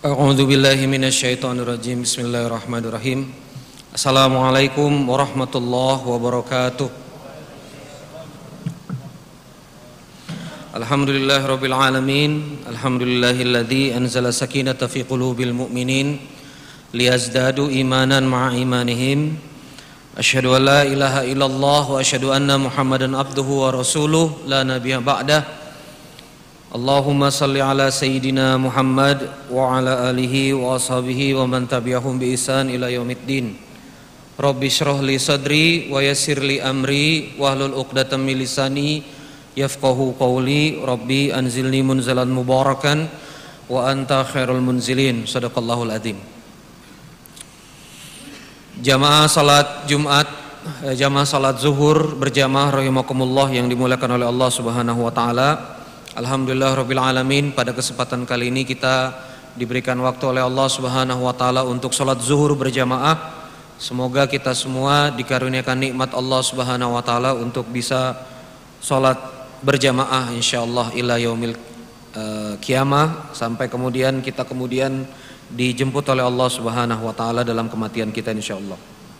A'udzu billahi minasyaitonir rajim. Bismillahirrahmanirrahim. Assalamualaikum warahmatullahi wabarakatuh. Alhamdulillahirabbil alamin. Alhamdulillahilladzi anzala sakinata fi qulubil mu'minin liyazdadu imanan ma'a imanihim. Asyhadu an la ilaha illallah wa asyhadu anna Muhammadan abduhu wa rasuluh la nabiyya ba'dah. Allahumma salli ala Sayyidina Muhammad wa ala alihi wa ashabihi wa man tabi'ahum bi ihsan ila yaumiddin. Rabbi shrah li sadri wa yassir li amri wahlul 'uqdatam min lisani yafqahu qawli. Rabbi anzilni munzalan mubarakan wa anta khairul munzilin. Shadaqallahul adzim. Jamaah salat Jumat, jamaah salat zuhur berjamaah rahimakumullah yang dimuliakan oleh Allah Subhanahu wa taala. Alhamdulillah Rabbil Alamin, pada kesempatan kali ini kita diberikan waktu oleh Allah Subhanahu wa taala untuk sholat zuhur berjamaah. Semoga kita semua dikaruniakan nikmat Allah Subhanahu wa taala untuk bisa sholat berjamaah insyaallah ila yaumil kiamah, sampai kemudian kita dijemput oleh Allah Subhanahu wa taala dalam kematian kita insyaallah.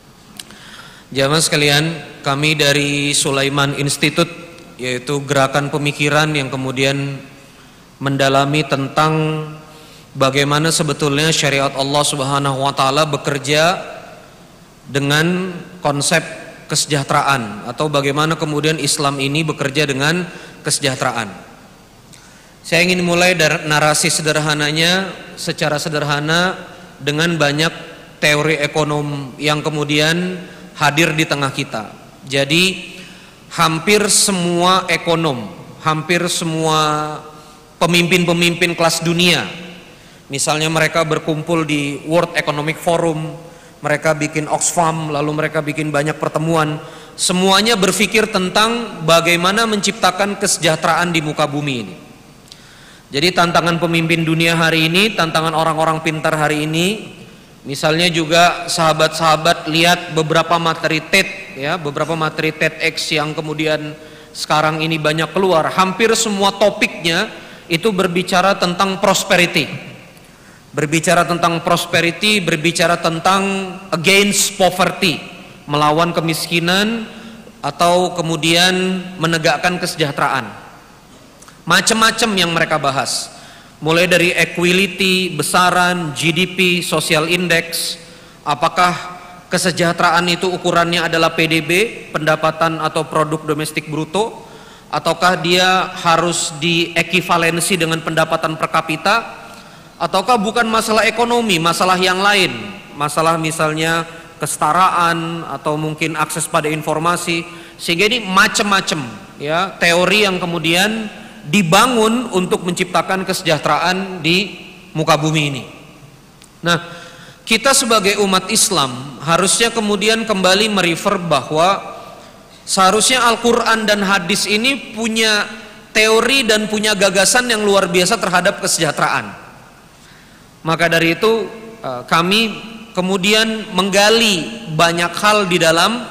Jamaah sekalian, kami dari Sulaiman Institute, yaitu gerakan pemikiran yang kemudian mendalami tentang bagaimana sebetulnya syariat Allah Subhanahu wa taala bekerja dengan konsep kesejahteraan, atau bagaimana kemudian Islam ini bekerja dengan kesejahteraan. Saya ingin mulai dari narasi sederhananya, secara sederhana, dengan banyak teori ekonom yang kemudian hadir di tengah kita. Jadi hampir semua ekonom, hampir semua pemimpin-pemimpin kelas dunia, misalnya mereka berkumpul di World Economic Forum, mereka bikin Oxfam, lalu mereka bikin banyak pertemuan, semuanya berpikir tentang bagaimana menciptakan kesejahteraan di muka bumi ini. Jadi tantangan pemimpin dunia hari ini, tantangan orang-orang pintar hari ini, misalnya juga sahabat-sahabat lihat beberapa materi TED, ya, beberapa materi TEDx yang kemudian sekarang ini banyak keluar. Hampir semua topiknya itu berbicara tentang prosperity, berbicara tentang prosperity, berbicara tentang against poverty, melawan kemiskinan atau kemudian menegakkan kesejahteraan. Macam-macam yang mereka bahas, mulai dari equality, besaran, GDP, social index, apakah kesejahteraan itu ukurannya adalah PDB, pendapatan atau produk domestik bruto, ataukah dia harus diekivalensi dengan pendapatan per kapita, ataukah bukan masalah ekonomi, masalah yang lain, masalah misalnya kesetaraan atau mungkin akses pada informasi. Sehingga ini macam-macam, ya, teori yang kemudian dibangun untuk menciptakan kesejahteraan di muka bumi ini. Nah, kita sebagai umat Islam harusnya kemudian kembali merefer bahwa seharusnya Al-Quran dan hadis ini punya teori dan punya gagasan yang luar biasa terhadap kesejahteraan. Maka dari itu kami kemudian menggali banyak hal di dalam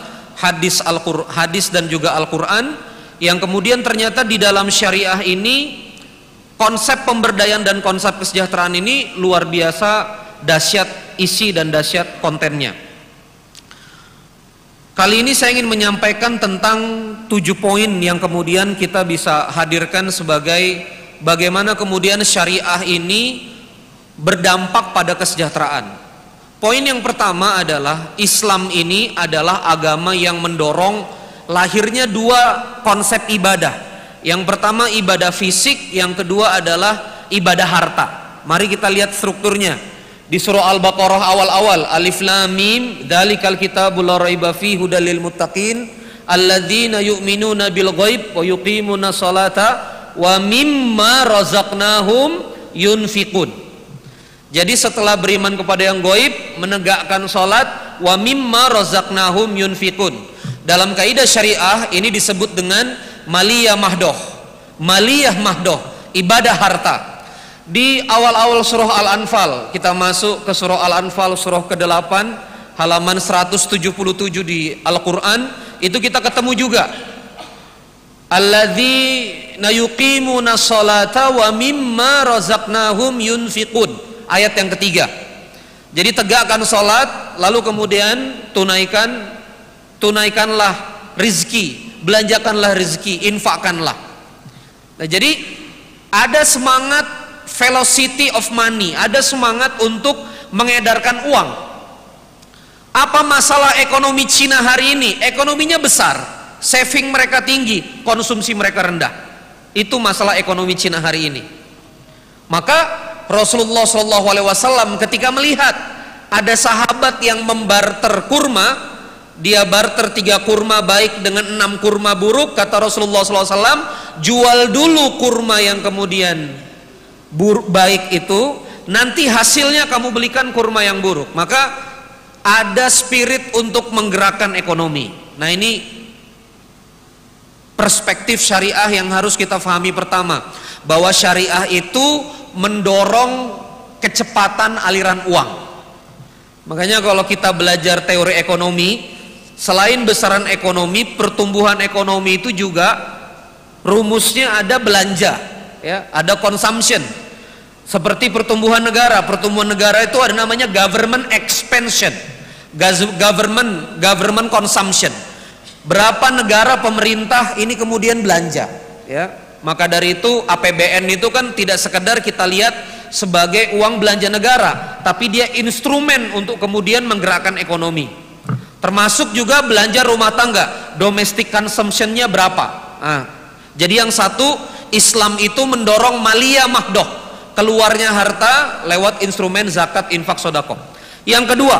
hadis dan juga Al-Quran, yang kemudian ternyata di dalam syariah ini konsep pemberdayaan dan konsep kesejahteraan ini luar biasa dahsyat isi dan dahsyat kontennya. Kali ini saya ingin menyampaikan tentang 7 poin yang kemudian kita bisa hadirkan sebagai bagaimana kemudian syariah ini berdampak pada kesejahteraan. Poin yang pertama adalah Islam ini adalah agama yang mendorong lahirnya 2 konsep ibadah. Yang pertama ibadah fisik, yang kedua adalah ibadah harta. Mari kita lihat strukturnya. Di surah Al-Baqarah awal-awal, Alif Lam Mim, dzalikal kitabul la raiba fihi hudal lil muttaqin alladzina yu'minuna bil ghaib wa yuqimuna sholata wa mimma razaqnahum yunfiqun. Jadi setelah beriman kepada yang gaib, menegakkan salat, wa mimma razaqnahum yunfiqun. Dalam kaidah syariah ini disebut dengan maliyah mahdoh. Maliyah mahdoh, ibadah harta. Di awal-awal surah Al-Anfal, kita masuk ke surah Al-Anfal surah ke-8 halaman 177 di Al-Quran, itu kita ketemu juga alladzina yuqimuna sholata wa mimma razaqnahum yunfiqun. ayat yang ketiga. Jadi tegakkan sholat, lalu kemudian tunaikanlah rizki, belanjakanlah rizki, infakkanlah. Nah, jadi ada semangat velocity of money, ada semangat untuk mengedarkan uang. Apa masalah ekonomi Cina hari ini? Ekonominya besar, saving mereka tinggi, konsumsi mereka rendah. Itu masalah ekonomi Cina hari ini. Maka Rasulullah SAW ketika melihat ada sahabat yang membarter kurma, dia barter 3 kurma baik dengan 6 kurma buruk, kata Rasulullah SAW, jual dulu kurma yang kemudian baik itu, nanti hasilnya kamu belikan kurma yang buruk. Maka ada spirit untuk menggerakkan ekonomi. Nah, ini perspektif syariah yang harus kita fahami pertama, bahwa syariah itu mendorong kecepatan aliran uang. Makanya kalau kita belajar teori ekonomi, selain besaran ekonomi, pertumbuhan ekonomi itu juga rumusnya ada belanja, ya, ada consumption. Seperti pertumbuhan negara itu ada namanya government expansion, government consumption. Berapa negara pemerintah ini kemudian belanja, ya. Maka dari itu APBN itu kan tidak sekedar kita lihat sebagai uang belanja negara, tapi dia instrumen untuk kemudian menggerakkan ekonomi. Termasuk juga belanja rumah tangga, domestic consumption-nya berapa. Nah, jadi yang satu, Islam itu mendorong maliyah mahdoh, keluarnya harta lewat instrumen zakat, infak, sedekah. Yang kedua,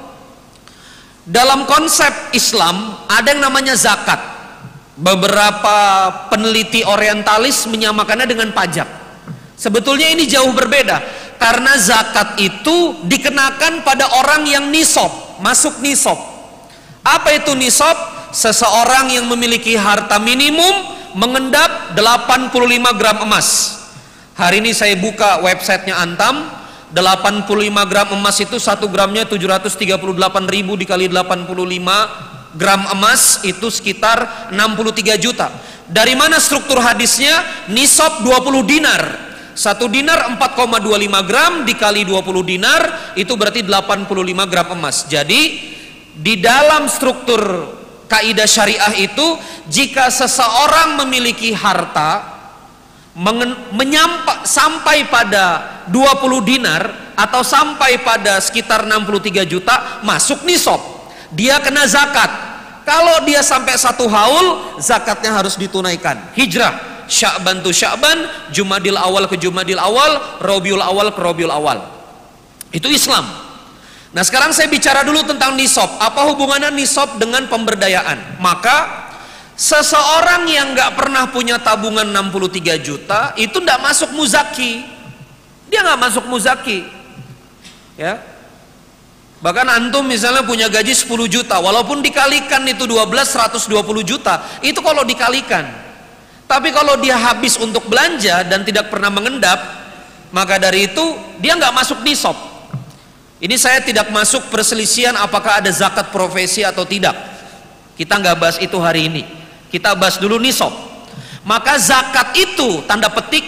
dalam konsep Islam ada yang namanya zakat. Beberapa peneliti orientalis menyamakannya dengan pajak. Sebetulnya ini jauh berbeda, karena zakat itu dikenakan pada orang yang nisab, masuk nisab. Apa itu nisab? Seseorang yang memiliki harta minimum mengendap 85 gram emas. Hari ini saya buka websitenya Antam, 85 gram emas itu 1 gramnya 738.000 dikali 85 gram emas itu sekitar 63 juta. Dari mana struktur hadisnya? Nisab 20 dinar. 1 dinar 4,25 gram dikali 20 dinar itu berarti 85 gram emas. Jadi di dalam struktur kaidah syariah itu, jika seseorang memiliki harta sampai pada 20 dinar atau sampai pada sekitar 63 juta, masuk nisab, dia kena zakat. Kalau dia sampai 1 haul, zakatnya harus ditunaikan. Hijrah, Sya'ban tu Sya'ban, Jumadil awal ke Jumadil awal, Rabiul awal ke Rabiul awal. Itu Islam. Nah, sekarang saya bicara dulu tentang nisab. Apa hubungannya nisab dengan pemberdayaan? Maka seseorang yang nggak pernah punya tabungan 63 juta itu nggak masuk muzaki. Dia nggak masuk muzaki, ya. Bahkan antum misalnya punya gaji 10 juta, walaupun dikalikan itu 12, 120 juta, itu kalau dikalikan. Tapi kalau dia habis untuk belanja dan tidak pernah mengendap, maka dari itu dia nggak masuk nisab. Ini saya tidak masuk perselisihan apakah ada zakat profesi atau tidak. Kita nggak bahas itu hari ini. Kita bahas dulu nisab. Maka zakat itu tanda petik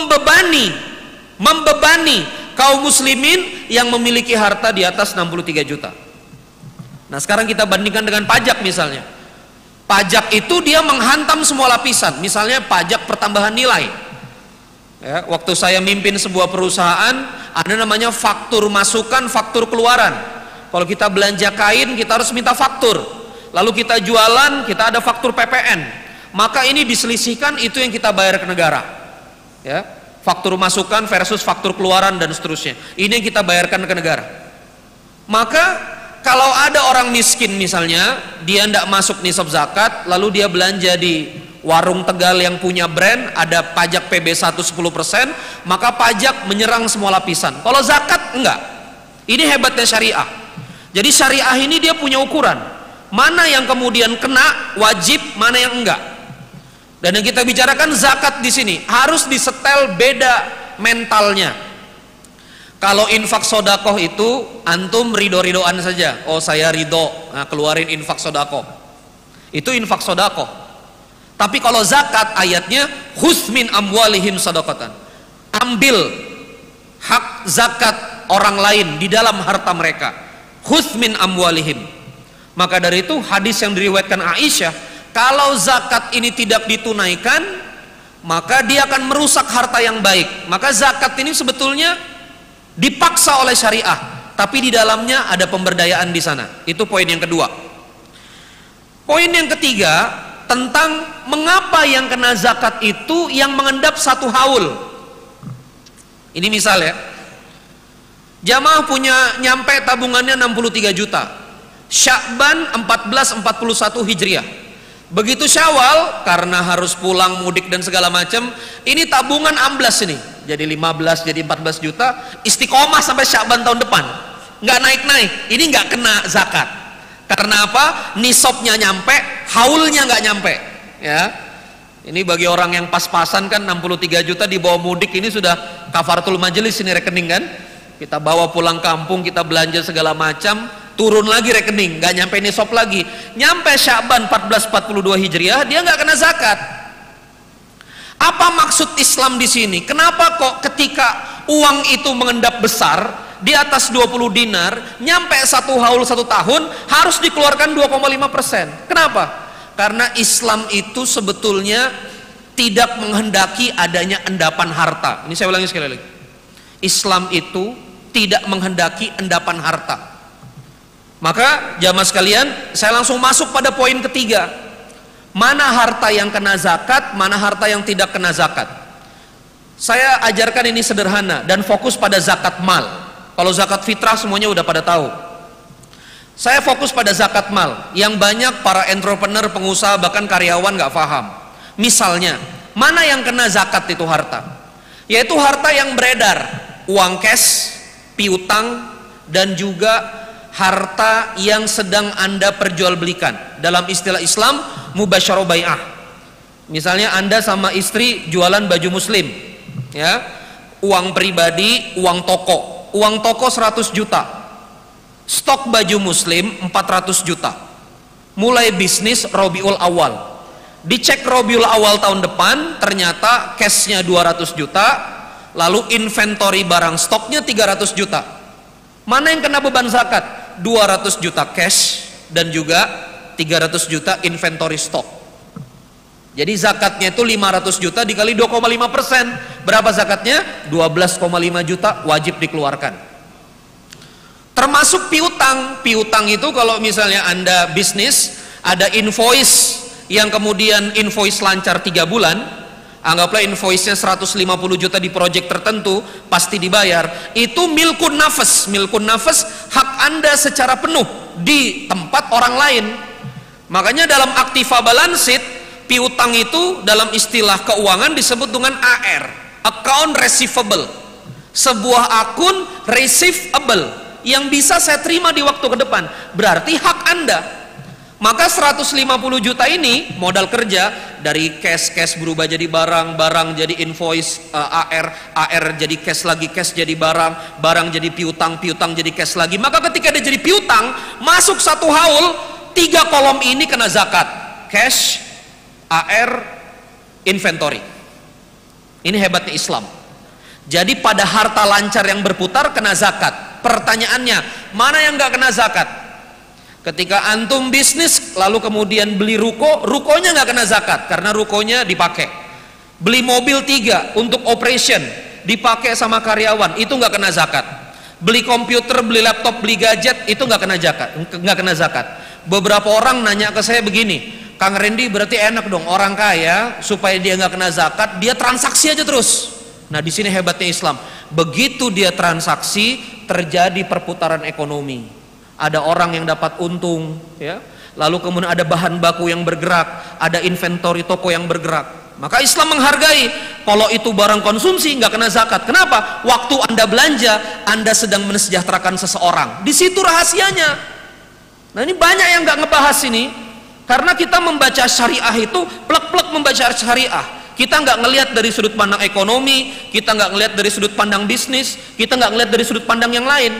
membebani kaum muslimin yang memiliki harta di atas 63 juta. Nah, sekarang kita bandingkan dengan pajak misalnya. Pajak itu dia menghantam semua lapisan. Misalnya pajak pertambahan nilai. Ya, waktu saya mimpin sebuah perusahaan, ada namanya faktur masukan, faktur keluaran. Kalau kita belanja kain, kita harus minta faktur. Lalu kita jualan, kita ada faktur PPN. Maka ini diselisihkan, itu yang kita bayar ke negara. Ya. Faktur masukan versus faktur keluaran dan seterusnya. Ini yang kita bayarkan ke negara. Maka kalau ada orang miskin misalnya, dia tidak masuk nisab zakat, lalu dia belanja di warung Tegal yang punya brand, ada pajak PB1 10%, maka pajak menyerang semua lapisan. Kalau zakat enggak. Ini hebatnya syariah. Jadi syariah ini dia punya ukuran. Mana yang kemudian kena wajib, mana yang enggak. Dan yang kita bicarakan zakat di sini harus disetel beda mentalnya. Kalau infak sodakoh itu antum ridho-ridhoan saja. Oh, saya ridho, nah, keluarin infak sodakoh. Itu infak sodakoh. Tapi kalau zakat ayatnya khudz min amwalihim sadaqatan. Ambil hak zakat orang lain di dalam harta mereka. Khudz min amwalihim. Maka dari itu hadis yang diriwayatkan Aisyah, kalau zakat ini tidak ditunaikan, maka dia akan merusak harta yang baik. Maka zakat ini sebetulnya dipaksa oleh syariah, tapi di dalamnya ada pemberdayaan di sana. Itu poin yang kedua. Poin yang ketiga, tentang mengapa yang kena zakat itu yang mengendap satu haul. Ini misal ya, jamaah punya nyampe tabungannya 63 juta, Sya'ban 1441 Hijriah. Begitu Syawal, karena harus pulang mudik dan segala macam, ini tabungan amblas ini, jadi 15, jadi 14 juta, istiqomah sampai Sya'ban tahun depan, nggak naik-naik. Ini nggak kena zakat. Karena apa? Nisabnya nyampe, haulnya nggak nyampe. Ya, ini bagi orang yang pas-pasan kan 63 juta dibawa mudik, ini sudah kafaratul majelis ini rekening kan. Kita bawa pulang kampung, kita belanja segala macam, turun lagi rekening, nggak nyampe nisab lagi. Nyampe Sya'ban 1442 Hijriah, dia nggak kena zakat. Apa maksud Islam di sini? Kenapa kok ketika uang itu mengendap besar di atas 20 dinar, nyampe satu haul 1 tahun, harus dikeluarkan 2,5%? Kenapa? Karena Islam itu sebetulnya tidak menghendaki adanya endapan harta. Ini saya ulangi sekali lagi. Islam itu tidak menghendaki endapan harta. Maka jamaah sekalian, saya langsung masuk pada poin ketiga. Mana harta yang kena zakat, mana harta yang tidak kena zakat. Saya ajarkan ini sederhana dan fokus pada zakat mal. Kalau zakat fitrah semuanya udah pada tahu. Saya fokus pada zakat mal, yang banyak para entrepreneur, pengusaha, bahkan karyawan nggak paham. Misalnya, mana yang kena zakat itu harta? Yaitu harta yang beredar, uang cash, piutang, dan juga harta yang sedang Anda perjualbelikan. Dalam istilah Islam, mubasyarah bai'ah. Misalnya Anda sama istri jualan baju muslim, ya, uang pribadi, uang toko. Uang toko 100 juta, stok baju muslim 400 juta. Mulai bisnis Rabiul Awal, dicek Rabiul Awal tahun depan, ternyata cashnya 200 juta, lalu inventory barang stoknya 300 juta. Mana yang kena beban zakat? 200 juta cash dan juga 300 juta inventory stok. Jadi zakatnya itu 500 juta dikali 2,5%. Berapa zakatnya? 12,5 juta wajib dikeluarkan. Termasuk piutang. Piutang itu kalau misalnya Anda bisnis, ada invoice yang kemudian invoice lancar 3 bulan, anggaplah invoice-nya 150 juta di proyek tertentu, pasti dibayar. Itu milkun nafas. Milkun nafas, hak Anda secara penuh di tempat orang lain. Makanya dalam aktiva balance sheet, piutang itu dalam istilah keuangan disebut dengan AR, account receivable. Sebuah akun receivable yang bisa saya terima di waktu ke depan, berarti hak Anda. Maka 150 juta ini modal kerja, dari cash berubah jadi barang, barang jadi invoice, AR jadi cash lagi, cash jadi barang, barang jadi piutang, piutang jadi cash lagi. Maka ketika dia jadi piutang, masuk satu haul, 3 kolom ini kena zakat: cash, AR, inventory. Ini hebatnya Islam. Jadi pada harta lancar yang berputar kena zakat. Pertanyaannya, mana yang nggak kena zakat? Ketika antum bisnis lalu kemudian beli ruko, rukonya nggak kena zakat karena rukonya dipakai. Beli mobil 3 untuk operation, dipakai sama karyawan, itu nggak kena zakat. Beli komputer, beli laptop, beli gadget, itu nggak kena zakat. Beberapa orang nanya ke saya begini, Kang Randy, berarti enak dong orang kaya supaya dia nggak kena zakat, dia transaksi aja terus. Nah, di sini hebatnya Islam. Begitu dia transaksi, terjadi perputaran ekonomi. Ada orang yang dapat untung, ya. Lalu kemudian ada bahan baku yang bergerak, ada inventory toko yang bergerak. Maka Islam menghargai. Kalau itu barang konsumsi nggak kena zakat. Kenapa? Waktu Anda belanja, Anda sedang mensejahterakan seseorang. Di situ rahasianya. Nah, ini banyak yang nggak ngebahas ini. Karena kita membaca syariah itu plek-plek membaca syariah. Kita nggak ngelihat dari sudut pandang ekonomi, kita nggak ngelihat dari sudut pandang bisnis, kita nggak ngelihat dari sudut pandang yang lain.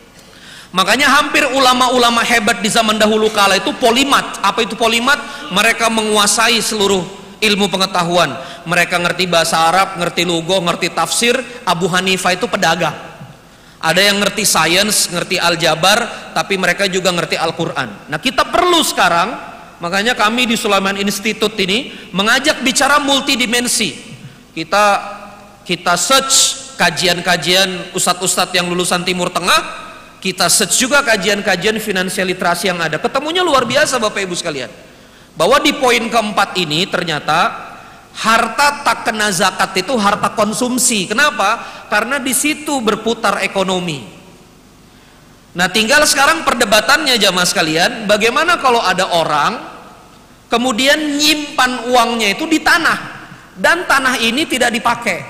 Makanya hampir ulama-ulama hebat di zaman dahulu kala itu polimat. Apa itu polimat? Mereka menguasai seluruh ilmu pengetahuan. Mereka ngerti bahasa Arab, ngerti lugo, ngerti tafsir. Abu Hanifah itu pedagang. Ada yang ngerti sains, ngerti aljabar, tapi mereka juga ngerti Al-Quran. Nah, kita perlu sekarang, makanya kami di Sulaiman Institute ini mengajak bicara multidimensi. Kita search kajian-kajian ustadz-ustadz yang lulusan Timur Tengah, kita search juga kajian-kajian finansial literasi yang ada. Ketemunya luar biasa Bapak Ibu sekalian. Bahwa di poin keempat ini ternyata harta tak kena zakat itu harta konsumsi. Kenapa? Karena di situ berputar ekonomi. Nah, tinggal sekarang perdebatannya jamaah sekalian, bagaimana kalau ada orang kemudian nyimpan uangnya itu di tanah dan tanah ini tidak dipakai.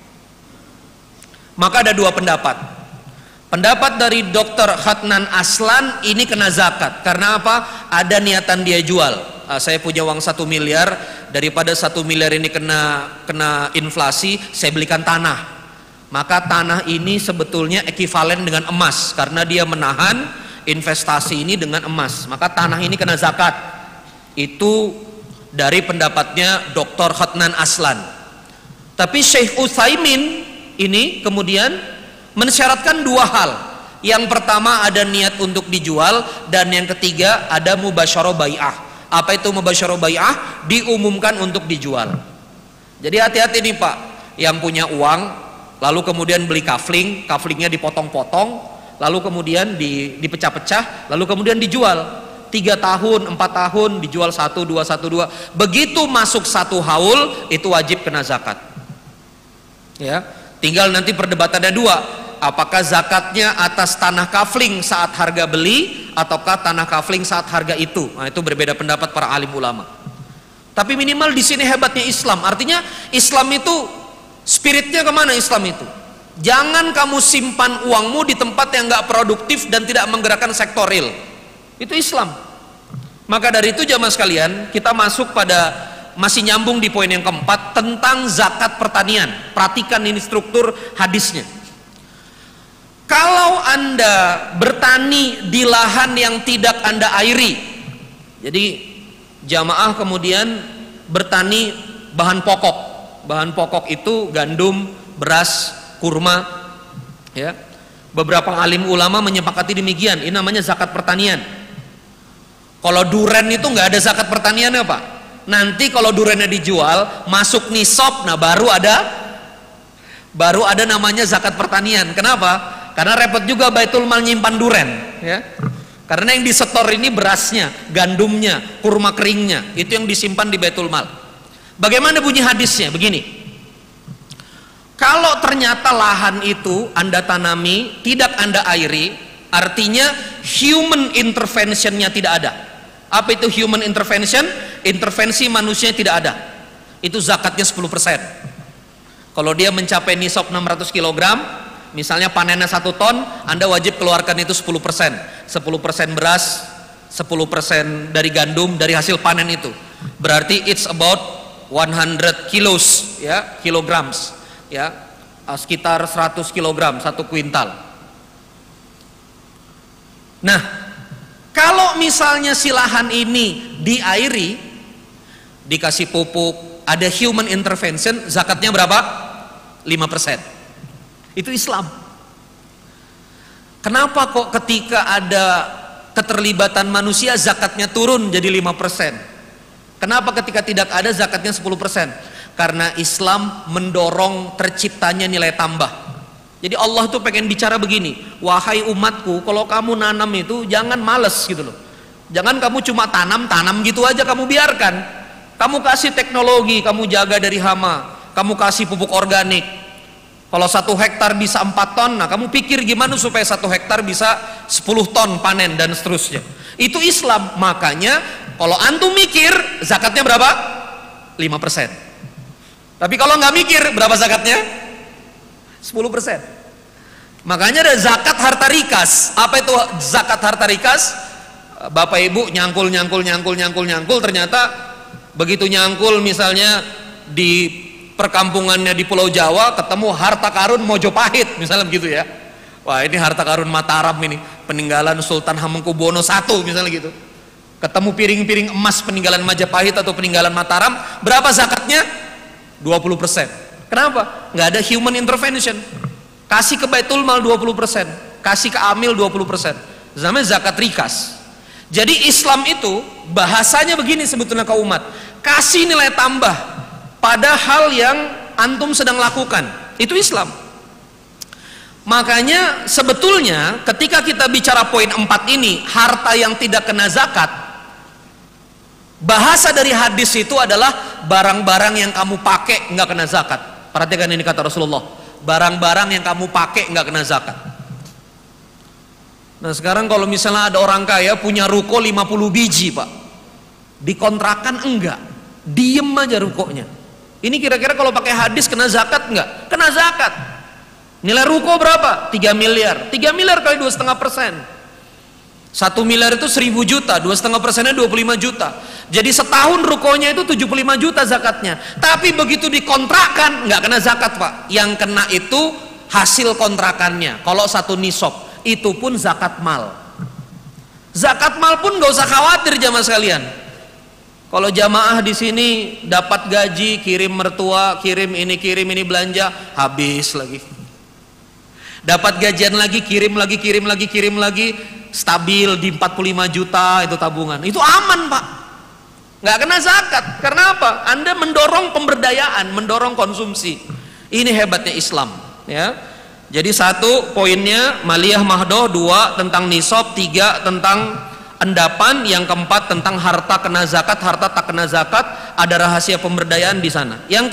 Maka ada dua pendapat. Pendapat dari Dr. Hatnan Aslan, ini kena zakat. Karena apa? Ada niatan dia jual. Saya punya uang 1 miliar, daripada 1 miliar ini kena inflasi, saya belikan tanah. Maka tanah ini sebetulnya ekivalen dengan emas, karena dia menahan investasi ini dengan emas. Maka tanah ini kena zakat. Itu dari pendapatnya Dr. Hatnan Aslan. Tapi Syekh Utsaimin ini kemudian mensyaratkan dua hal. Yang pertama ada niat untuk dijual, dan yang ketiga ada mubasyarah bai'ah. Apa itu mubasyarah bai'ah? Diumumkan untuk dijual. Jadi hati-hati nih Pak, yang punya uang lalu kemudian beli kafling, kaflingnya dipotong-potong, lalu kemudian dipecah-pecah, lalu kemudian dijual 3 tahun, 4 tahun, dijual 1, 2, 1, 2. Begitu masuk 1 haul, itu wajib kena zakat. Ya, tinggal nanti perdebatannya dua. Apakah zakatnya atas tanah kafling saat harga beli, ataukah tanah kafling saat harga itu? Nah, itu berbeda pendapat para alim ulama. Tapi minimal di sini hebatnya Islam. Artinya Islam itu spiritnya kemana Islam itu? Jangan kamu simpan uangmu di tempat yang nggak produktif dan tidak menggerakkan sektor real. Itu Islam. Maka dari itu jamaah sekalian, kita masuk pada masih nyambung di poin yang keempat tentang zakat pertanian. Perhatikan ini struktur hadisnya. Kalau Anda bertani di lahan yang tidak Anda airi, jadi jamaah kemudian bertani bahan pokok. Bahan pokok itu gandum, beras, kurma, ya. Beberapa alim ulama menyepakati demikian. Ini namanya zakat pertanian. Kalau duren itu nggak ada zakat pertaniannya Pak. Nanti kalau durennya dijual, masuk nisab, nah baru ada namanya zakat pertanian. Kenapa? Karena repot juga Baitul Mal nyimpan duren, ya. Karena yang disetor ini berasnya, gandumnya, kurma keringnya, itu yang disimpan di Baitul Mal. Bagaimana bunyi hadisnya? Begini. Kalau ternyata lahan itu Anda tanami, tidak Anda airi, artinya human interventionnya tidak ada. Apa itu human intervention? Intervensi manusia tidak ada. Itu zakatnya 10%. Kalau dia mencapai nisab 600 kg, misalnya panennya 1 ton, Anda wajib keluarkan itu 10%. 10% beras, 10% dari gandum, dari hasil panen itu. Berarti it's about 100 kilos, ya, kilograms, ya, sekitar 100 kilogram, 1 kuintal. Nah, kalau misalnya si lahan ini diairi, dikasih pupuk, ada human intervention, zakatnya berapa? 5%. Itu Islam. Kenapa kok ketika ada keterlibatan manusia zakatnya turun jadi 5%? Kenapa ketika tidak ada zakatnya 10%? Karena Islam mendorong terciptanya nilai tambah. Jadi Allah tuh pengen bicara begini, wahai umatku, kalau kamu nanam itu jangan males gitu loh. Jangan kamu cuma tanam gitu aja kamu biarkan. Kamu kasih teknologi, kamu jaga dari hama, kamu kasih pupuk organik. Kalau 1 hektar bisa 4 ton, nah kamu pikir gimana supaya 1 hektar bisa 10 ton panen dan seterusnya. Itu Islam. Makanya kalau antum mikir, zakatnya berapa? 5%. Tapi kalau nggak mikir, berapa zakatnya? 10%. Makanya ada zakat harta rikas. Apa itu zakat harta rikas? Bapak Ibu nyangkul, ternyata begitu nyangkul misalnya di perkampungannya di Pulau Jawa, ketemu harta karun Mojopahit misalnya begitu ya. Wah, ini harta karun Mataram ini, peninggalan Sultan Hamengkubuwono I misalnya gitu. Ketemu piring-piring emas peninggalan Majapahit atau peninggalan Mataram, berapa zakatnya? 20%. Kenapa? Nggak ada human intervention. Kasih ke Baitul Mal 20%, kasih ke Amil 20%. Namanya zakat rikas. Jadi Islam itu bahasanya begini sebetulnya ke umat, kasih nilai tambah pada hal yang antum sedang lakukan. Itu Islam. Makanya sebetulnya ketika kita bicara poin 4 ini, harta yang tidak kena zakat, bahasa dari hadis itu adalah barang-barang yang kamu pakai nggak kena zakat. Perhatikan ini kata Rasulullah, barang-barang yang kamu pakai nggak kena zakat. Nah sekarang kalau misalnya ada orang kaya punya ruko 50 biji pak, dikontrakan enggak, diem aja rukonya. Ini kira-kira kalau pakai hadis kena zakat enggak? Kena zakat. Nilai ruko berapa? 3 miliar. 3 miliar kali 2,5%. 1 miliar itu 1000 juta, 2,5%-nya 25 juta. Jadi setahun rukonya itu 75 juta zakatnya. Tapi begitu dikontrakkan nggak kena zakat pak. Yang kena itu hasil kontrakannya. Kalau 1 nisab, itu pun zakat mal. Zakat mal pun nggak usah khawatir jamaah sekalian. Kalau jamaah di sini dapat gaji, kirim mertua, kirim ini belanja, habis lagi. Dapat gajian lagi, kirim lagi, stabil di 45 juta itu tabungan. Itu aman pak, nggak kena zakat. Karena apa? Anda mendorong pemberdayaan, mendorong konsumsi. Ini hebatnya Islam ya. Jadi 1 poinnya maliyah mahdoh, 2 tentang nisab, 3 tentang endapan, yang keempat tentang harta kena zakat, harta tak kena zakat, ada rahasia pemberdayaan di sana. Yang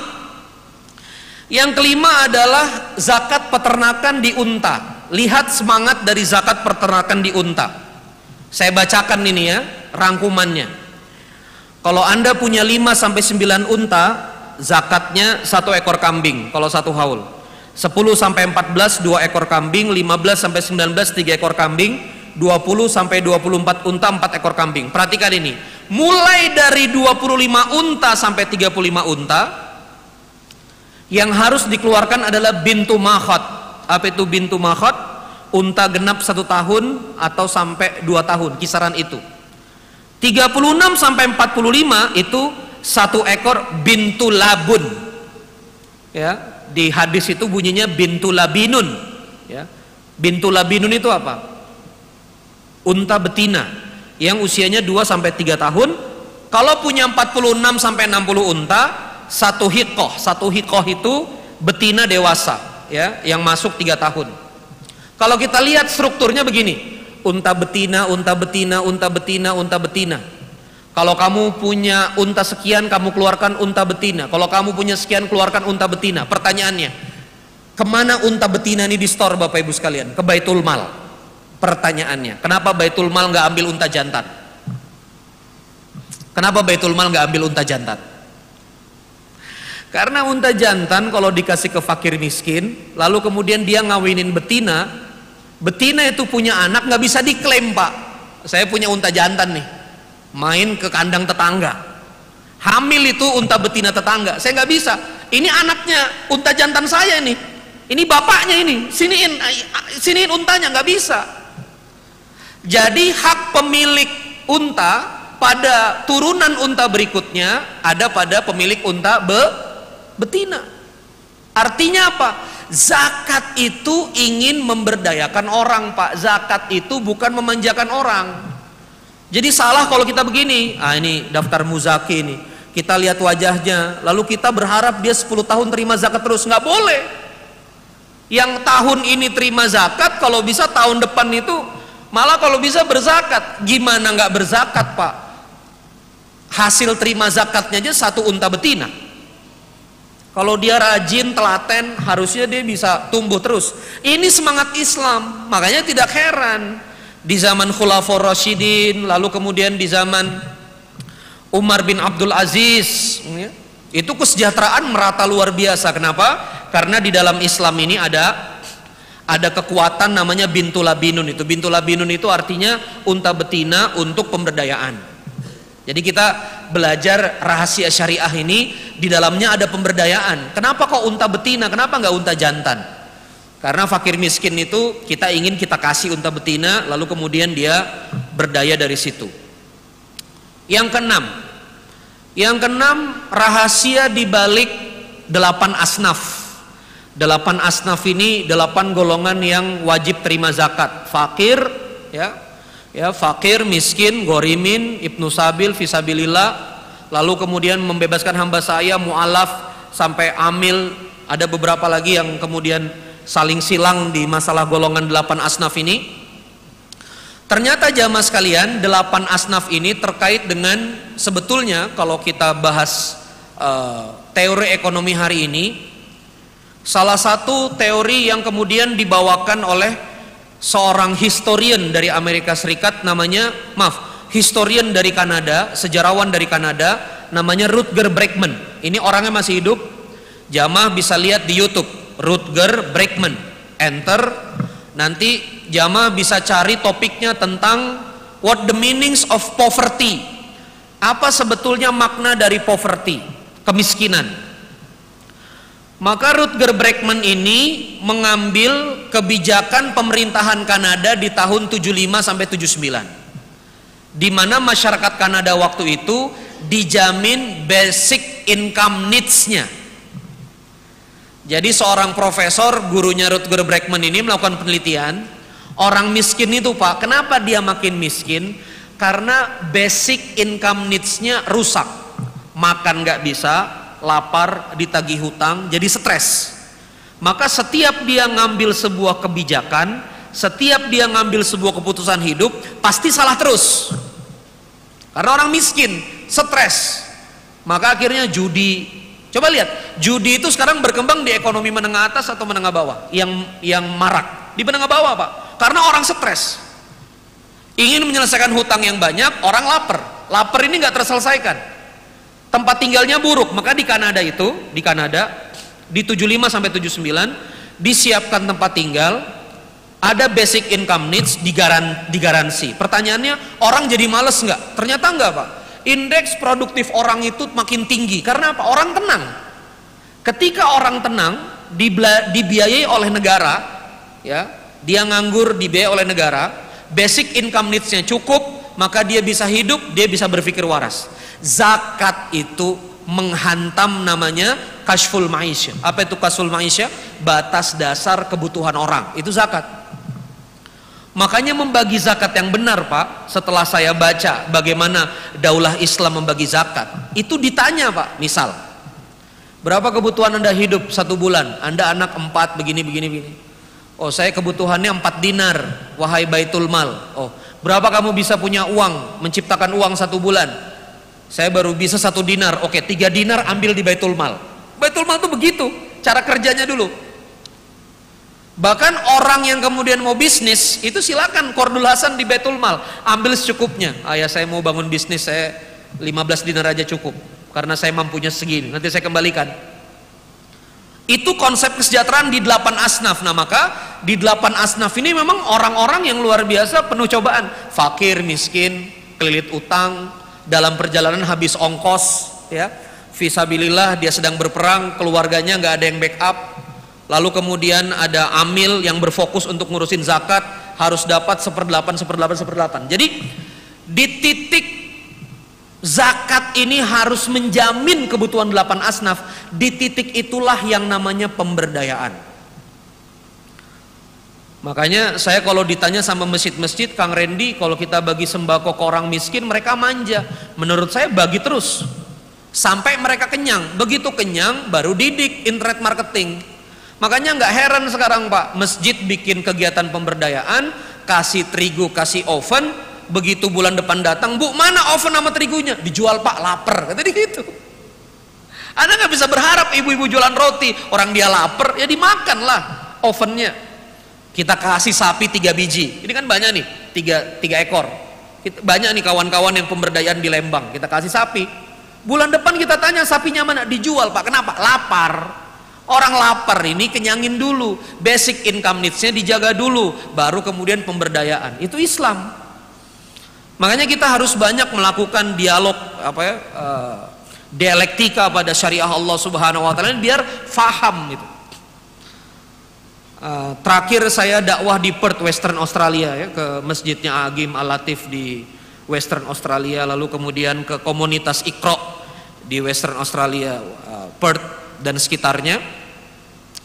kelima adalah zakat peternakan di unta. Lihat semangat dari zakat peternakan di unta. Saya bacakan ini ya rangkumannya. Kalau Anda punya 5 sampai 9 unta, zakatnya 1 ekor kambing kalau 1 haul. 10 sampai 14 2 ekor kambing, 15 sampai 19 3 ekor kambing, 20 sampai 24 unta 4 ekor kambing. Perhatikan ini, mulai dari 25 unta sampai 35 unta yang harus dikeluarkan adalah bintu makhot. Apa itu bintu makhot? Unta genap 1 tahun atau sampai 2 tahun, kisaran itu. 36 sampai 45 itu 1 ekor bintu labun ya. Di hadis itu bunyinya bintu labinun ya. Bintu labinun itu apa? Unta betina yang usianya 2 sampai 3 tahun. Kalau punya 46 sampai 60 unta, 1 hikoh itu betina dewasa ya, yang masuk 3 tahun. Kalau kita lihat strukturnya begini, unta betina. Kalau kamu punya unta sekian, kamu keluarkan unta betina. Kalau kamu punya sekian, keluarkan unta betina. Pertanyaannya, kemana unta betina ini di store Bapak Ibu sekalian? Ke Baitul Mal. Pertanyaannya, kenapa Baitul Mal nggak ambil unta jantan? Kenapa Baitul Mal nggak ambil unta jantan? Karena unta jantan kalau dikasih ke fakir miskin, lalu kemudian dia ngawinin betina, betina itu punya anak nggak bisa diklaim pak. Saya punya unta jantan nih. Main ke kandang tetangga, hamil itu unta betina tetangga, saya nggak bisa. Ini anaknya unta jantan saya ini bapaknya ini, siniin untanya, nggak bisa. Jadi hak pemilik unta pada turunan unta berikutnya ada pada pemilik unta betina. Artinya apa? Zakat itu ingin memberdayakan orang pak. Zakat itu bukan memanjakan orang. Jadi salah kalau kita begini, ini daftar muzaki ini, kita lihat wajahnya, lalu kita berharap dia 10 tahun terima zakat terus. Nggak boleh. Yang tahun ini terima zakat, kalau bisa tahun depan itu malah kalau bisa berzakat. Gimana nggak berzakat pak? Hasil terima zakatnya aja 1 unta betina. Kalau dia rajin, telaten, harusnya dia bisa tumbuh terus. Ini semangat Islam, makanya tidak heran di zaman Khulafaur Rasyidin, lalu kemudian di zaman Umar bin Abdul Aziz ya, itu kesejahteraan merata luar biasa. Kenapa? Karena di dalam Islam ini ada kekuatan namanya bintu labinun. Itu bintu labinun itu artinya unta betina untuk pemberdayaan. Jadi kita belajar rahasia syariah ini, di dalamnya ada pemberdayaan. Kenapa kok unta betina? Kenapa nggak unta jantan? Karena fakir miskin itu kita ingin kita kasih unta betina, lalu kemudian dia berdaya dari situ. Yang keenam, rahasia di balik 8 asnaf. 8 asnaf ini 8 golongan yang wajib terima zakat. Fakir, fakir, miskin, gorimin, ibnu sabil, fisabilillah. Lalu kemudian membebaskan hamba saya, mu'alaf, sampai amil. Ada beberapa lagi yang kemudian saling silang di masalah golongan 8 asnaf ini. Ternyata jamaah sekalian, 8 asnaf ini terkait dengan, sebetulnya kalau kita bahas teori ekonomi hari ini, salah satu teori yang kemudian dibawakan oleh seorang historian dari Amerika Serikat, historian dari Kanada, sejarawan dari Kanada, namanya Rutger Bregman. Ini orangnya masih hidup, jamaah bisa lihat di YouTube, Rutger Bregman, enter. Nanti jamaah bisa cari topiknya tentang what the meanings of poverty. Apa sebetulnya makna dari poverty, kemiskinan. Maka Rutger Bregman ini mengambil kebijakan pemerintahan Kanada di tahun 75 sampai 79. Di mana masyarakat Kanada waktu itu dijamin basic income needs-nya. Jadi seorang profesor, gurunya Rutger Bregman ini melakukan penelitian, orang miskin itu Pak, kenapa dia makin miskin? Karena basic income needs-nya rusak. Makan nggak bisa, lapar, ditagih hutang, jadi stres. Maka setiap dia ngambil sebuah kebijakan, setiap dia ngambil sebuah keputusan hidup, pasti salah terus. Karena orang miskin, stres. Maka akhirnya judi. Coba lihat, judi itu sekarang berkembang di ekonomi menengah atas atau menengah bawah? Yang marak di menengah bawah Pak, karena orang stres, ingin menyelesaikan hutang yang banyak, orang lapar ini nggak terselesaikan, tempat tinggalnya buruk. Maka di Kanada di 75 sampai 79 disiapkan tempat tinggal, ada basic income needs, digaransi. Pertanyaannya, orang jadi males nggak? Ternyata nggak Pak. Indeks produktif orang itu makin tinggi. Karena apa? Orang tenang. Ketika orang tenang, dibiayai oleh negara, dia nganggur, dibiayai oleh negara, basic income needs-nya cukup, maka dia bisa hidup, dia bisa berpikir waras. Zakat itu menghantam namanya kashful maisha. Apa itu kashful maisha? Batas dasar kebutuhan orang. Itu zakat. Makanya membagi zakat yang benar Pak, setelah saya baca bagaimana daulah Islam membagi zakat, itu ditanya Pak, misal berapa kebutuhan Anda hidup 1 bulan, Anda anak 4, begini. Oh, saya kebutuhannya 4 dinar, wahai Baitul Mal. Oh, berapa kamu bisa punya uang, menciptakan uang 1 bulan? Saya baru bisa 1 dinar. Oke, 3 dinar ambil di Baitul Mal. Baitul Mal tuh begitu cara kerjanya dulu. Bahkan orang yang kemudian mau bisnis itu silakan Qardul Hasan di Baitul Mal, ambil secukupnya. Ya saya mau bangun bisnis, saya 15 dinar aja cukup karena saya mampunya segini, nanti saya kembalikan. Itu konsep kesejahteraan di 8 asnaf. Nah maka di 8 asnaf ini memang orang-orang yang luar biasa penuh cobaan. Fakir, miskin, kelilit utang, dalam perjalanan habis ongkos, fisabilillah dia sedang berperang, keluarganya nggak ada yang backup. Lalu kemudian ada amil yang berfokus untuk ngurusin zakat, harus dapat 1/8. Jadi di titik zakat ini harus menjamin kebutuhan 8 asnaf. Di titik itulah yang namanya pemberdayaan. Makanya saya kalau ditanya sama masjid-masjid, Kang Randy, kalau kita bagi sembako ke orang miskin, mereka manja. Menurut saya bagi terus sampai mereka kenyang. Begitu kenyang baru didik internet marketing. Makanya nggak heran sekarang Pak, masjid bikin kegiatan pemberdayaan, kasih terigu, kasih oven, begitu bulan depan datang, Bu, mana oven sama terigunya? Dijual Pak, lapar, kata dia gitu. Anda nggak bisa berharap ibu-ibu jualan roti, orang dia lapar, ya dimakan lah ovennya. Kita kasih sapi 3 biji, ini kan banyak nih, 3 ekor. Banyak nih kawan-kawan yang pemberdayaan di Lembang, kita kasih sapi. Bulan depan kita tanya sapinya mana? Dijual Pak, kenapa? Lapar. Orang lapar ini kenyangin dulu, basic income needs-nya dijaga dulu, baru kemudian pemberdayaan. Itu Islam. Makanya kita harus banyak melakukan dialog dialektika pada syariah Allah Subhanahu wa taala biar faham gitu. Terakhir saya dakwah di Perth, Western Australia ke masjidnya Agim Al-Latif di Western Australia, lalu kemudian ke komunitas Iqra di Western Australia, Perth dan sekitarnya.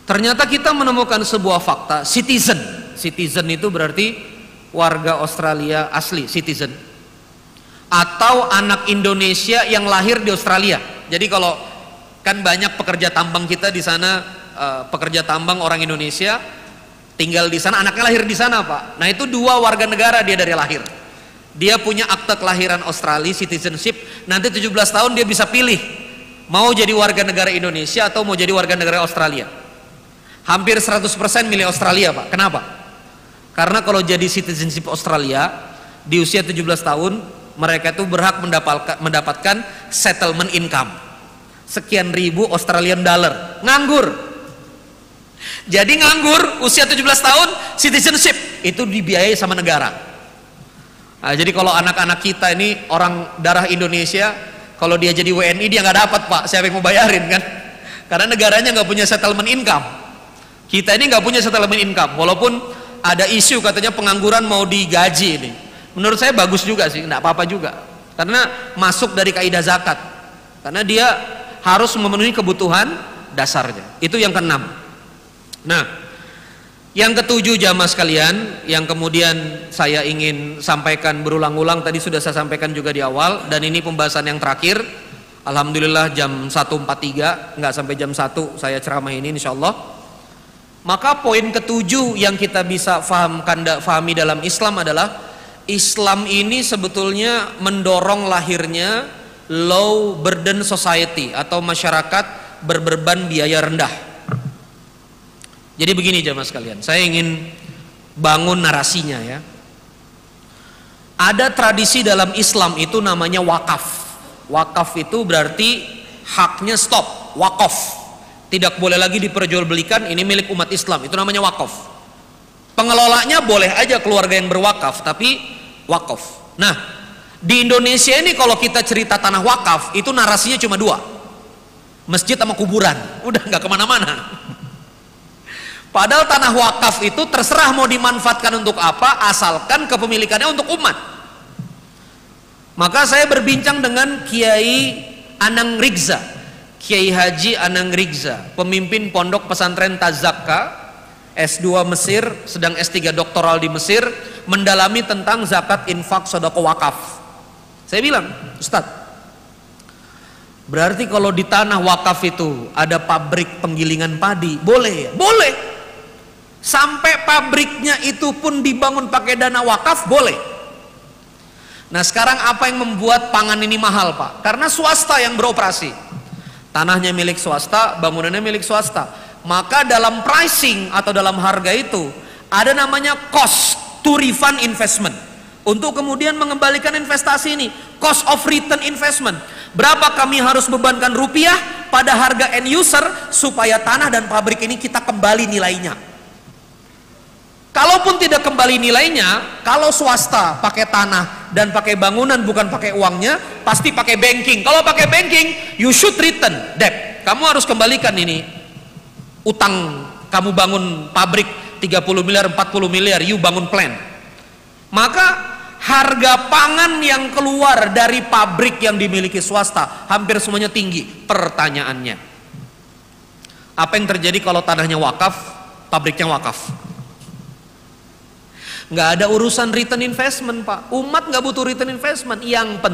Ternyata kita menemukan sebuah fakta, citizen. Citizen itu berarti warga Australia asli, citizen. Atau anak Indonesia yang lahir di Australia. Jadi kalau kan banyak pekerja tambang kita di sana, pekerja tambang orang Indonesia tinggal di sana, anaknya lahir di sana, Pak. Nah, itu 2 warga negara dia dari lahir. Dia punya akte kelahiran Australia, citizenship. Nanti 17 tahun dia bisa pilih mau jadi warga negara Indonesia atau mau jadi warga negara Australia. Hampir 100% milih Australia, Pak. Kenapa? Karena kalau jadi citizenship Australia di usia 17 tahun mereka itu berhak mendapatkan settlement income sekian ribu Australian dollar. Nganggur. Jadi nganggur usia 17 tahun citizenship itu dibiayai sama negara. Nah, jadi kalau anak-anak kita ini orang darah Indonesia, kalau dia jadi WNI dia nggak dapat, Pak. Siapa yang mau bayarin kan? Karena negaranya nggak punya settlement income. Kita ini nggak punya settlement income. Walaupun ada isu katanya pengangguran mau digaji ini. Menurut saya bagus juga sih, nggak apa-apa juga. Karena masuk dari kaidah zakat. Karena dia harus memenuhi kebutuhan dasarnya. Itu yang keenam. Nah, yang ketujuh jamaah sekalian, yang kemudian saya ingin sampaikan berulang-ulang, tadi sudah saya sampaikan juga di awal, dan ini pembahasan yang terakhir. Alhamdulillah jam 1.43, nggak sampai jam 1 saya ceramah ini insyaallah. Maka poin ketujuh yang kita bisa fahami dalam Islam adalah Islam ini sebetulnya mendorong lahirnya low burden society atau masyarakat berbeban biaya rendah. Jadi begini jamaah sekalian, saya ingin bangun narasinya ya. Ada tradisi dalam Islam itu namanya wakaf. Wakaf itu berarti haknya stop, wakaf. Tidak boleh lagi diperjualbelikan, ini milik umat Islam, itu namanya wakaf. Pengelolanya boleh aja keluarga yang berwakaf, tapi wakaf. Nah, di Indonesia ini kalau kita cerita tanah wakaf, itu narasinya cuma 2. Masjid sama kuburan, udah nggak kemana-mana. Padahal tanah wakaf itu terserah mau dimanfaatkan untuk apa, asalkan kepemilikannya untuk umat. Maka saya berbincang dengan Kiai Anang Rigza, Kiai Haji Anang Rigza, pemimpin pondok pesantren Tazakka, S2 Mesir, sedang S3 doktoral di Mesir, mendalami tentang zakat, infak, sedekah, wakaf. Saya bilang, Ustadz, berarti kalau di tanah wakaf itu ada pabrik penggilingan padi, boleh ya? Boleh. Sampai pabriknya itu pun dibangun pakai dana wakaf, boleh. Nah, sekarang apa yang membuat pangan ini mahal, Pak? Karena swasta yang beroperasi. Tanahnya milik swasta, bangunannya milik swasta. Maka dalam pricing atau dalam harga itu ada namanya cost to refund investment. Untuk kemudian mengembalikan investasi ini, cost of return investment. Berapa kami harus bebankan rupiah pada harga end user supaya tanah dan pabrik ini kita kembali nilainya. Kalaupun tidak kembali nilainya, kalau swasta pakai tanah dan pakai bangunan bukan pakai uangnya, pasti pakai banking. Kalau pakai banking, you should return debt. Kamu harus kembalikan ini utang kamu bangun pabrik 30 miliar, 40 miliar, you bangun plant. Maka harga pangan yang keluar dari pabrik yang dimiliki swasta hampir semuanya tinggi. Pertanyaannya, apa yang terjadi kalau tanahnya wakaf, pabriknya wakaf? Nggak ada urusan return investment, Pak. Umat nggak butuh return investment. Yang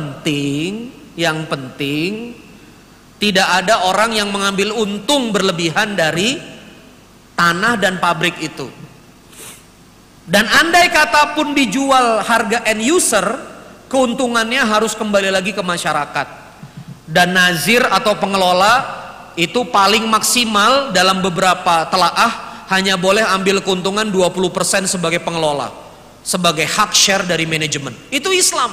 penting tidak ada orang yang mengambil untung berlebihan dari tanah dan pabrik itu. Dan andai kata pun dijual harga end user, keuntungannya harus kembali lagi ke masyarakat. Dan nazir atau pengelola itu paling maksimal dalam beberapa telaah hanya boleh ambil keuntungan 20% sebagai pengelola, sebagai hak share dari manajemen. Itu Islam.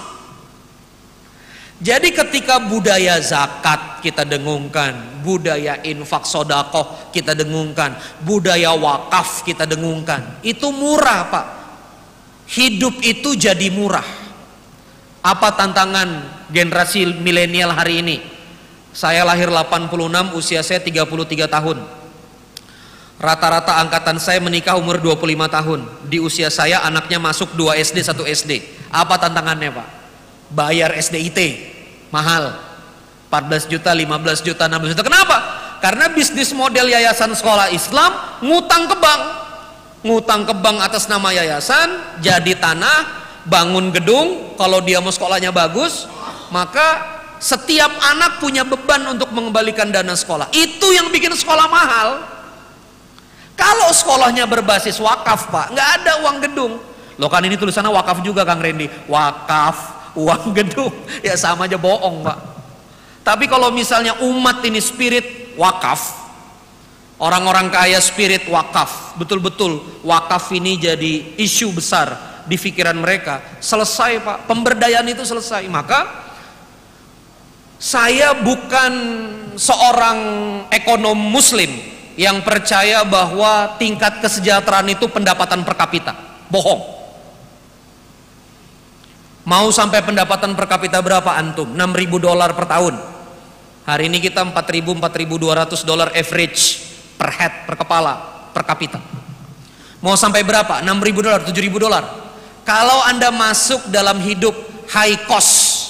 Jadi ketika budaya zakat kita dengungkan, budaya infak sodakoh kita dengungkan, budaya wakaf kita dengungkan, itu murah, Pak. Hidup itu jadi murah. Apa tantangan generasi milenial hari ini? Saya lahir 86, usia saya 33 tahun. Rata-rata angkatan saya menikah umur 25 tahun. Di usia saya anaknya masuk 2 SD, 1 SD. Apa tantangannya, Pak? Bayar SDIT mahal. 14 juta, 15 juta, 16 juta. Kenapa? Karena bisnis model yayasan sekolah Islam ngutang ke bank. Ngutang ke bank atas nama yayasan, jadi tanah, bangun gedung. Kalau dia mau sekolahnya bagus, maka setiap anak punya beban untuk mengembalikan dana sekolah. Itu yang bikin sekolah mahal. Kalau sekolahnya berbasis wakaf, Pak, nggak ada uang gedung. Loh kan ini tulisannya wakaf juga, Kang Randy. Wakaf, uang gedung, ya sama aja bohong, Pak. Tapi kalau misalnya umat ini spirit wakaf, orang-orang kaya spirit wakaf, betul-betul wakaf ini jadi isu besar di pikiran mereka, selesai, Pak, pemberdayaan itu selesai. Maka saya bukan seorang ekonom muslim yang percaya bahwa tingkat kesejahteraan itu pendapatan per kapita. Bohong. Mau sampai pendapatan per kapita berapa antum? $6.000 per tahun. Hari ini kita $4.200 average per head, per kepala, per kapita. Mau sampai berapa? $6.000, $7.000. Kalau Anda masuk dalam hidup high cost,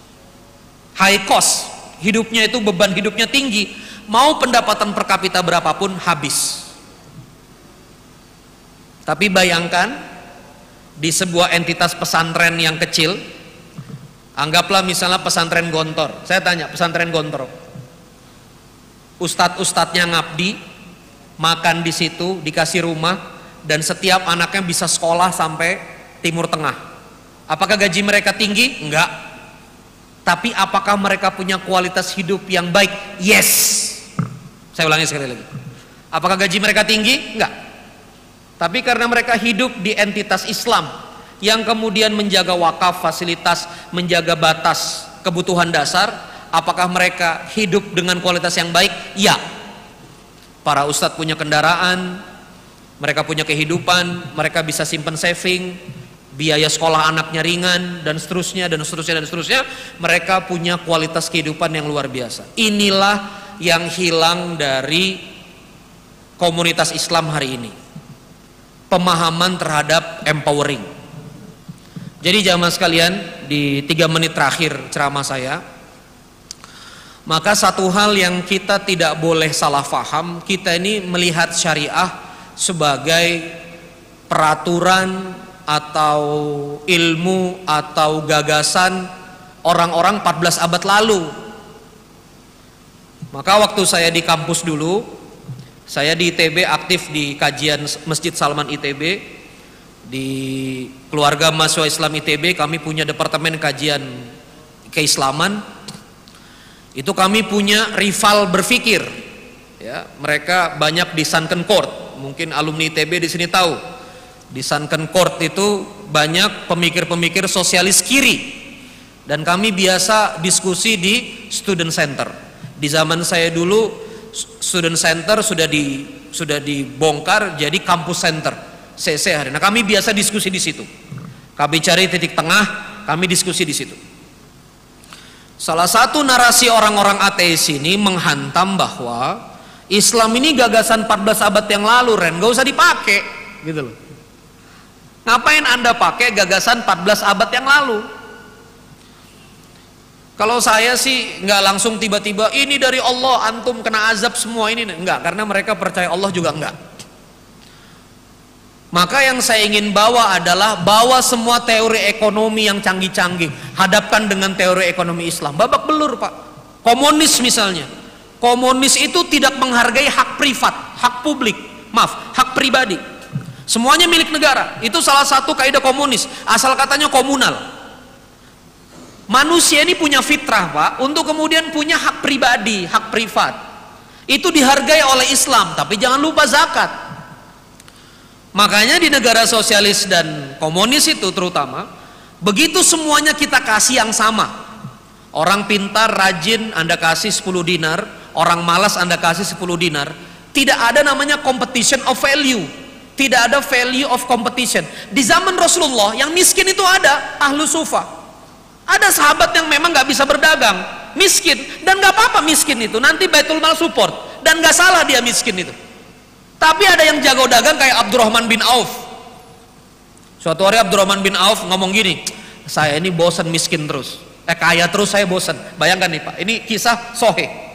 hidupnya itu beban hidupnya tinggi, mau pendapatan per kapita berapapun habis. Tapi bayangkan di sebuah entitas pesantren yang kecil, anggaplah misalnya pesantren Gontor. Saya tanya, pesantren Gontor, ustadz-ustadznya ngabdi, makan di situ, dikasih rumah, dan setiap anaknya bisa sekolah sampai Timur Tengah. Apakah gaji mereka tinggi? Enggak. Tapi apakah mereka punya kualitas hidup yang baik? Yes. Saya ulangi sekali lagi. Apakah gaji mereka tinggi? Enggak. Tapi karena mereka hidup di entitas Islam yang kemudian menjaga wakaf, fasilitas, menjaga batas kebutuhan dasar, apakah mereka hidup dengan kualitas yang baik? Ya. Para ustadz punya kendaraan, mereka punya kehidupan, mereka bisa simpan saving, biaya sekolah anaknya ringan, dan seterusnya, dan seterusnya, dan seterusnya. Mereka punya kualitas kehidupan yang luar biasa. Inilah yang hilang dari komunitas Islam hari ini, pemahaman terhadap empowering. Jadi jamaah sekalian, di 3 menit terakhir ceramah saya, maka satu hal yang kita tidak boleh salah faham, kita ini melihat syariah sebagai peraturan atau ilmu atau gagasan orang-orang 14 abad lalu. Maka waktu saya di kampus dulu, saya di ITB aktif di kajian Masjid Salman ITB, di keluarga mahasiswa Islam ITB kami punya departemen kajian keislaman. Itu kami punya rival berpikir, ya, mereka banyak di Sunken Court. Mungkin alumni ITB di sini tahu, di Sunken Court itu banyak pemikir-pemikir sosialis kiri, dan kami biasa diskusi di Student Center. Di zaman saya dulu, Student Center sudah dibongkar jadi Campus Center, CC hari. Nah, kami biasa diskusi di situ. Kami cari titik tengah, kami diskusi di situ. Salah satu narasi orang-orang ateis ini menghantam bahwa Islam ini gagasan 14 abad yang lalu, Ren, gak usah dipakai, gitu loh. Ngapain Anda pakai gagasan 14 abad yang lalu? Kalau saya sih nggak langsung tiba-tiba ini dari Allah, antum kena azab semua ini, enggak, karena mereka percaya Allah juga enggak. Maka yang saya ingin bawa adalah bawa semua teori ekonomi yang canggih-canggih, hadapkan dengan teori ekonomi Islam. Babak belur, Pak. Komunis misalnya, komunis itu tidak menghargai hak privat, hak publik, hak pribadi. Semuanya milik negara. Itu salah satu kaidah komunis, asal katanya komunal. Manusia ini punya fitrah, Pak, untuk kemudian punya hak pribadi, hak privat. Itu dihargai oleh Islam, tapi jangan lupa zakat. Makanya di negara sosialis dan komunis itu terutama, begitu semuanya kita kasih yang sama. Orang pintar, rajin, Anda kasih 10 dinar, orang malas Anda kasih 10 dinar. Tidak ada namanya competition of value. Tidak ada value of competition. Di zaman Rasulullah yang miskin itu ada ahlu sufa. Ada sahabat yang memang nggak bisa berdagang, miskin, dan nggak apa-apa miskin itu. Nanti Baitul Mal support, dan nggak salah dia miskin itu. Tapi ada yang jago dagang kayak Abdurrahman bin Auf. Suatu hari Abdurrahman bin Auf ngomong gini, saya ini bosan miskin terus, kaya terus saya bosan. Bayangkan nih, Pak, ini kisah sohih.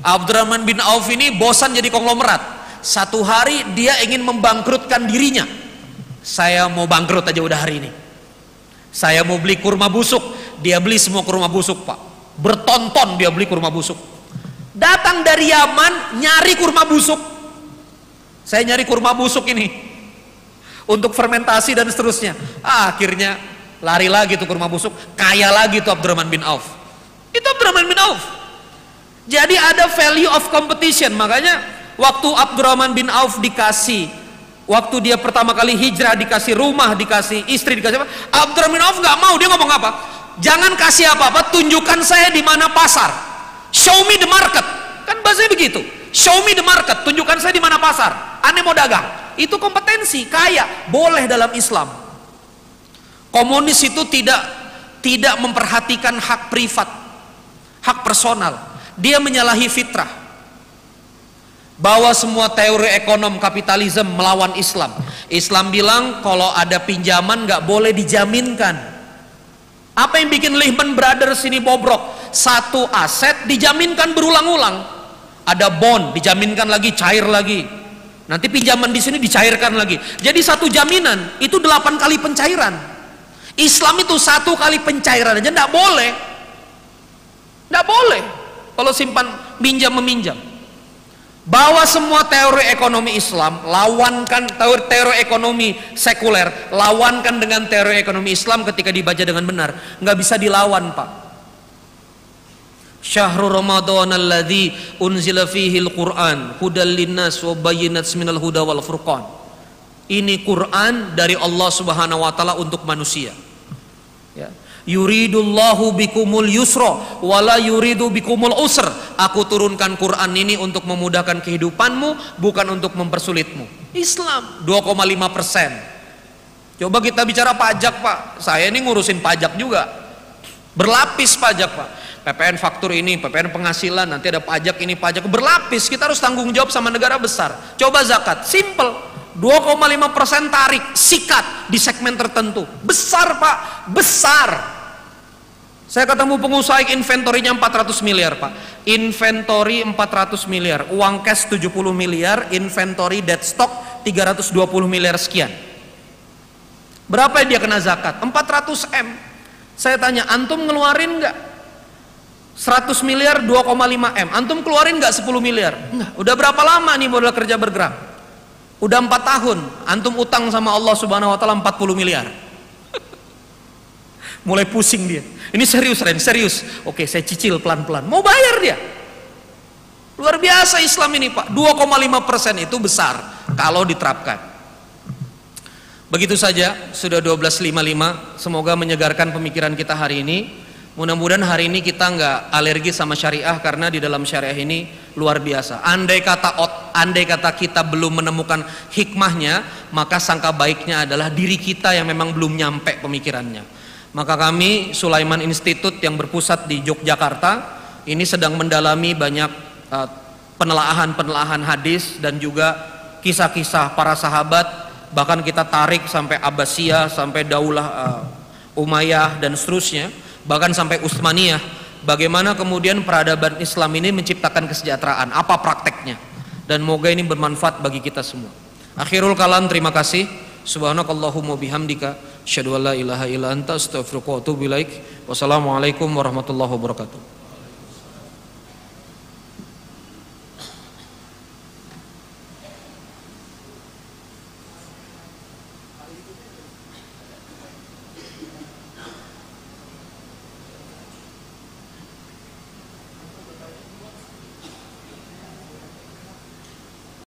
Abdurrahman bin Auf ini bosan jadi konglomerat. Satu hari dia ingin membangkrutkan dirinya. Saya mau bangkrut aja udah hari ini. Saya mau beli kurma busuk. Dia beli semua kurma busuk, Pak. Bertonton dia beli kurma busuk. Datang dari Yaman nyari kurma busuk. Saya nyari kurma busuk ini untuk fermentasi dan seterusnya. Akhirnya lari lagi tuh kurma busuk, kaya lagi tuh Abdurrahman bin Auf. Itu Abdurrahman bin Auf. Jadi ada value of competition. Makanya waktu Abdurrahman bin Auf dikasih, waktu dia pertama kali hijrah, dikasih rumah, dikasih istri, dikasih apa, Abdurrahman bin Auf nggak mau. Dia ngomong apa? Jangan kasih apa-apa, tunjukkan saya di mana pasar. Show me the market. Kan bahasanya begitu. Show me the market, tunjukkan saya di mana pasar. Aneh mau dagang. Itu kompetensi, kaya, boleh dalam Islam. Komunis itu tidak memperhatikan hak privat, hak personal. Dia menyalahi fitrah. Bahwa semua teori ekonom kapitalisme melawan Islam. Islam bilang kalau ada pinjaman nggak boleh dijaminkan. Apa yang bikin Lehman Brothers ini bobrok? Satu aset dijaminkan berulang-ulang. Ada bond dijaminkan lagi, cair lagi. Nanti pinjaman di sini dicairkan lagi. Jadi satu jaminan itu 8 kali pencairan. Islam itu 1 kali pencairan aja nggak boleh. Nggak boleh kalau simpan minjam meminjam. Bawa semua teori ekonomi Islam, lawankan teori ekonomi sekuler, lawankan dengan teori ekonomi Islam ketika dibaca dengan benar. Nggak bisa dilawan, Pak. Syahrul Ramadan alladzi unzila fihi al-Qur'an hudal linnas wa bayyinats minal huda wal furqan. Ini Quran dari Allah Subhanahu wa taala untuk manusia. Ya. Yuridullahu bikumul yusra wala yuridu bikumul usr. Aku turunkan Quran ini untuk memudahkan kehidupanmu, bukan untuk mempersulitmu. Islam 2,5%. Coba kita bicara pajak, Pak. Saya ini ngurusin pajak juga. Berlapis pajak, Pak. PPN faktur ini, PPN penghasilan, nanti ada pajak ini, pajak berlapis. Kita harus tanggung jawab sama negara besar. Coba zakat, simple. 2,5% tarik, sikat di segmen tertentu. Besar, Pak, besar. Saya ketemu pengusaha inventorinya 400 miliar, Pak. Inventory 400 miliar, uang cash 70 miliar, inventory dead stock 320 miliar sekian. Berapa yang dia kena zakat? 400 M. Saya tanya, antum ngeluarin nggak? 100 miliar 2,5 M. Antum keluarin nggak 10 miliar? Enggak. Udah berapa lama nih modal kerja bergerak? Udah 4 tahun. Antum utang sama Allah Subhanahu wa taala 40 miliar. Mulai pusing dia. Ini serius, Ren, serius. Oke, saya cicil pelan-pelan. Mau bayar dia. Luar biasa Islam ini, Pak. 2,5% itu besar kalau diterapkan. Begitu saja, sudah 12.55. Semoga menyegarkan pemikiran kita hari ini. Mudah-mudahan hari ini kita nggak alergi sama syariah, karena di dalam syariah ini luar biasa. Andai kata kita belum menemukan hikmahnya, maka sangka baiknya adalah diri kita yang memang belum nyampe pemikirannya. Maka kami Sulaiman Institute yang berpusat di Yogyakarta ini sedang mendalami banyak penelaahan hadis dan juga kisah-kisah para sahabat. Bahkan kita tarik sampai Abbasiyah, sampai Daulah Umayyah dan seterusnya, bahkan sampai Utsmaniyah. Bagaimana kemudian peradaban Islam ini menciptakan kesejahteraan, apa prakteknya, dan moga ini bermanfaat bagi kita semua. Akhirul kalam, terima kasih. Subhanakallahumma bihamdika asyhadu an la ilaha illa anta astaghfiruka wa atubu ilaik. Wassalamualaikum warahmatullahi wabarakatuh.